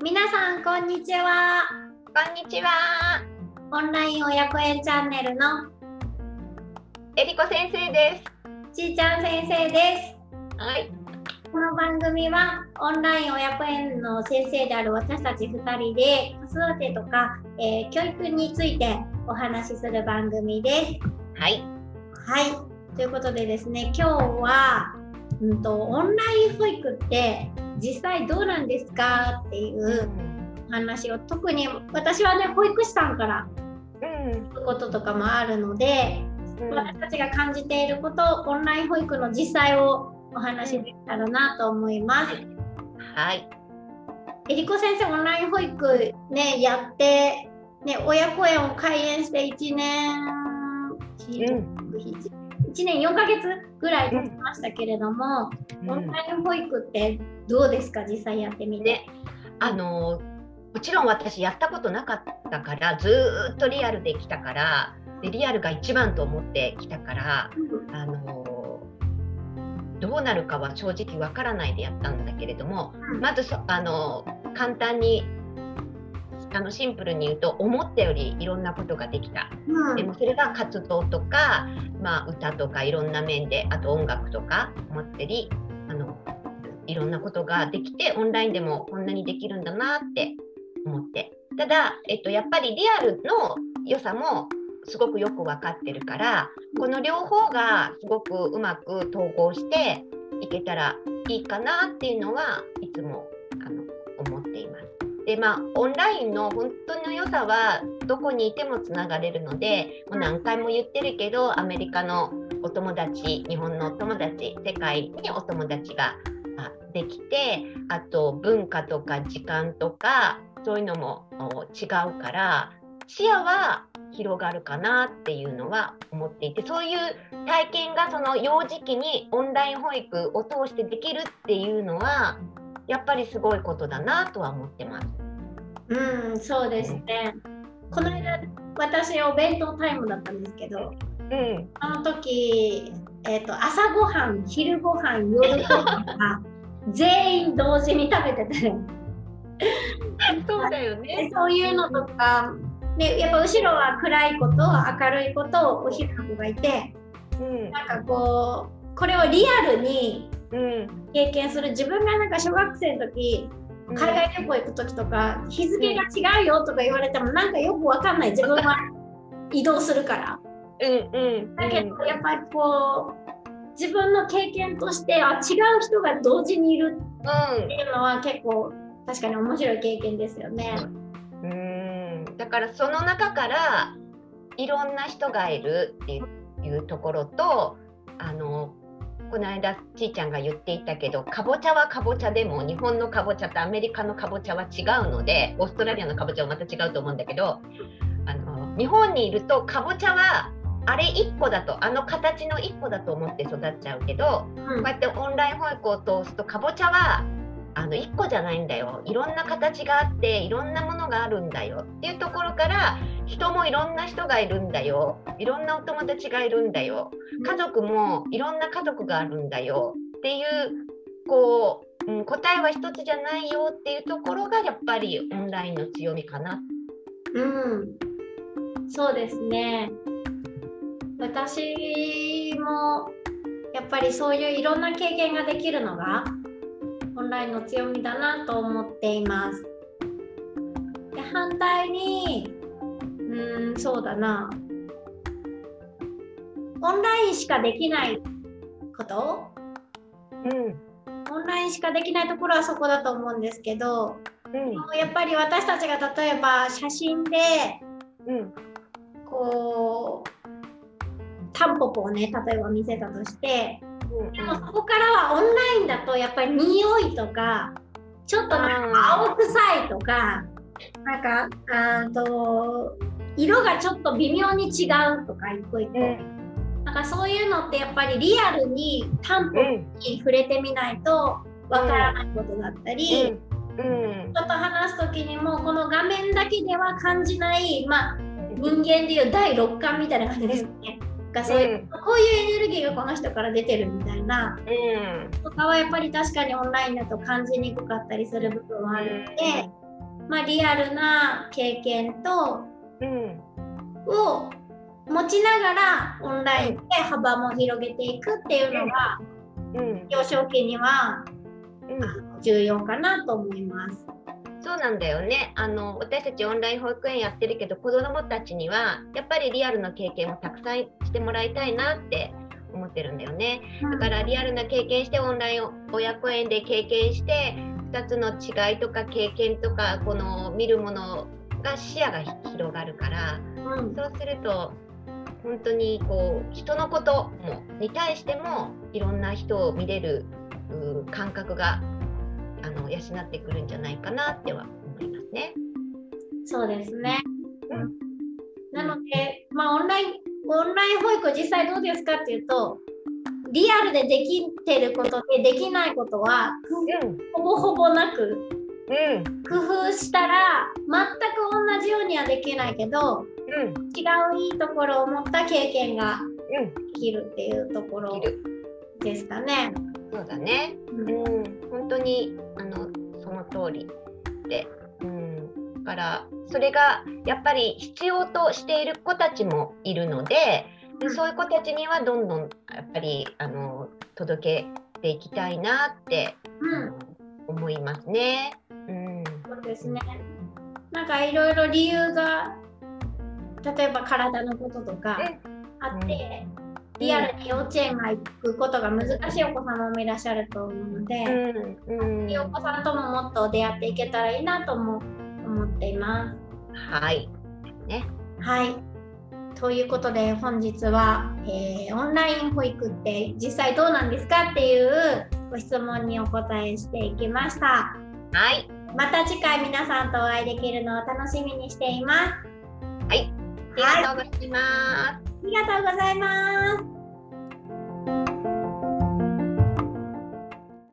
皆さんこんにちは。 こんにちは。 オンライン親子園チャンネルのえりこ先生です。 ちーちゃん先生です。 はい。 この番組はオンライン親子園の先生である私たち2人で子育てとか、教育についてお話しする番組です。 はい。 はい。ということでですね、今日は、オンライン保育って実際どうなんですかっていうお話を、特に私はね、保育士さんから聞くこととかもあるので、私たちが感じていること、オンライン保育の実際をお話しできたらなと思います。 はい。 えりこ先生、オンライン保育ね、やって、ね、親子園を開園して1年4ヶ月ぐらい経ちましたけれども、オンライン保育ってどうですか、実際やってみて。 もちろん私やったことなかったから、ずっとリアルで来たから、でリアルが一番と思ってきたから、どうなるかは正直わからないでやったんだけれども、まず簡単にシンプルに言うと、思ったよりいろんなことができた。でもそれが活動とか、歌とかいろんな面で、あと音楽とか思ったりいろんなことができて、オンラインでもこんなにできるんだなって思って。ただ、やっぱりリアルの良さもすごくよく分かってるから、この両方がすごくうまく統合していけたらいいかなっていうのはいつも思っています。でオンラインの本当の良さはどこにいてもつながれるので、もう何回も言ってるけど、アメリカのお友達、日本のお友達、世界にお友達ができて、あと文化とか時間とかそういうのも違うから、視野は広がるかなっていうのは思っていて、そういう体験がその幼児期にオンライン保育を通してできるっていうのはやっぱりすごいことだなとは思ってます。 そうですね。この間私お弁当タイムだったんですけど、その時、朝ごはん、昼ごはん、夜ごはんが全員同時に食べててそうだよね。 そういうのとか、ね、やっぱ後ろは暗い子と明るい子とお昼の子がいて、なんかこれをリアルに経験する。自分がなんか小学生の時、海外旅行行く時とか、日付が違うよとか言われてもなんかよくわかんない。自分は移動するから。だけどやっぱり自分の経験として違う人が同時にいるっていうのは結構確かに面白い経験ですよね。 だからその中からいろんな人がいるっていうところと、この間ちーちゃんが言っていたけど、かぼちゃはかぼちゃでも日本のかぼちゃとアメリカのかぼちゃは違うので、オーストラリアのかぼちゃはまた違うと思うんだけど、日本にいるとかぼちゃはあれ1個だと、形の1個だと思って育っちゃうけど、こうやってオンライン保育を通すとかぼちゃは1個じゃないんだよ、いろんな形があっていろんなものがあるんだよっていうところから、人もいろんな人がいるんだよ、いろんなお友達がいるんだよ、家族もいろんな家族があるんだよっていう、答えは一つじゃないよっていうところがやっぱりオンラインの強みかな。 そうですね。私もやっぱりそういういろんな経験ができるのがオンラインの強みだなと思っています。で、反対にそうだな、オンラインしかできないこと、オンラインしかできないところはそこだと思うんですけど、やっぱり私たちが例えば写真でタンポポをね、例えば見せたとして、でもそこからはオンラインだとやっぱり匂いとか、ちょっとなんか青臭いとか、なんか色がちょっと微妙に違うとか、一個一個、なんかそういうのってやっぱりリアルにタンポポに触れてみないとわからないことだったり、人と話す時にもこの画面だけでは感じない、人間でいう第六感みたいな感じですね。そういう、こういうエネルギーがこの人から出てるみたいな、とかはやっぱり確かにオンラインだと感じにくかったりする部分はあるので、 リアルな経験と、を持ちながらオンラインで幅も広げていくっていうのが、幼少期には、重要かなと思います。 そうなんだよね。私たちオンライン保育園やってるけど、子どもたちにはやっぱりリアルな経験をたくさんしてもらいたいなって思ってるんだよね。だからリアルな経験してオンライン親子園で経験して2つの違いとか経験とかこの見るものが視野が広がるから、そうすると本当にこう人のこともに対してもいろんな人を見れる感覚が養ってくるんじゃないかなっては思いますね。 そうですね。なので、オンライン保育実際どうですかっていうと、リアルでできてることでできないことは、ほぼほぼなく、工夫したら全く同じようにはできないけど、違ういいところを持った経験ができるっていうところですかね。 そうだね。本当にその通りで、だからそれがやっぱり必要としている子たちもいるので、そういう子たちにはどんどんやっぱり届けていきたいなって、思いますね。 そうですね。なんかいろいろ理由が例えば体のこととかあって、リアルに幼稚園が行くことが難しいお子様もいらっしゃると思うので、お子さんとももっと出会っていけたらいいなとも思っています。 はい。 ということで本日は、オンライン保育って実際どうなんですかっていうご質問にお答えしていきました。また次回皆さんとお会いできるのを楽しみにしています。 ありがとうございます。 ありがとうございます。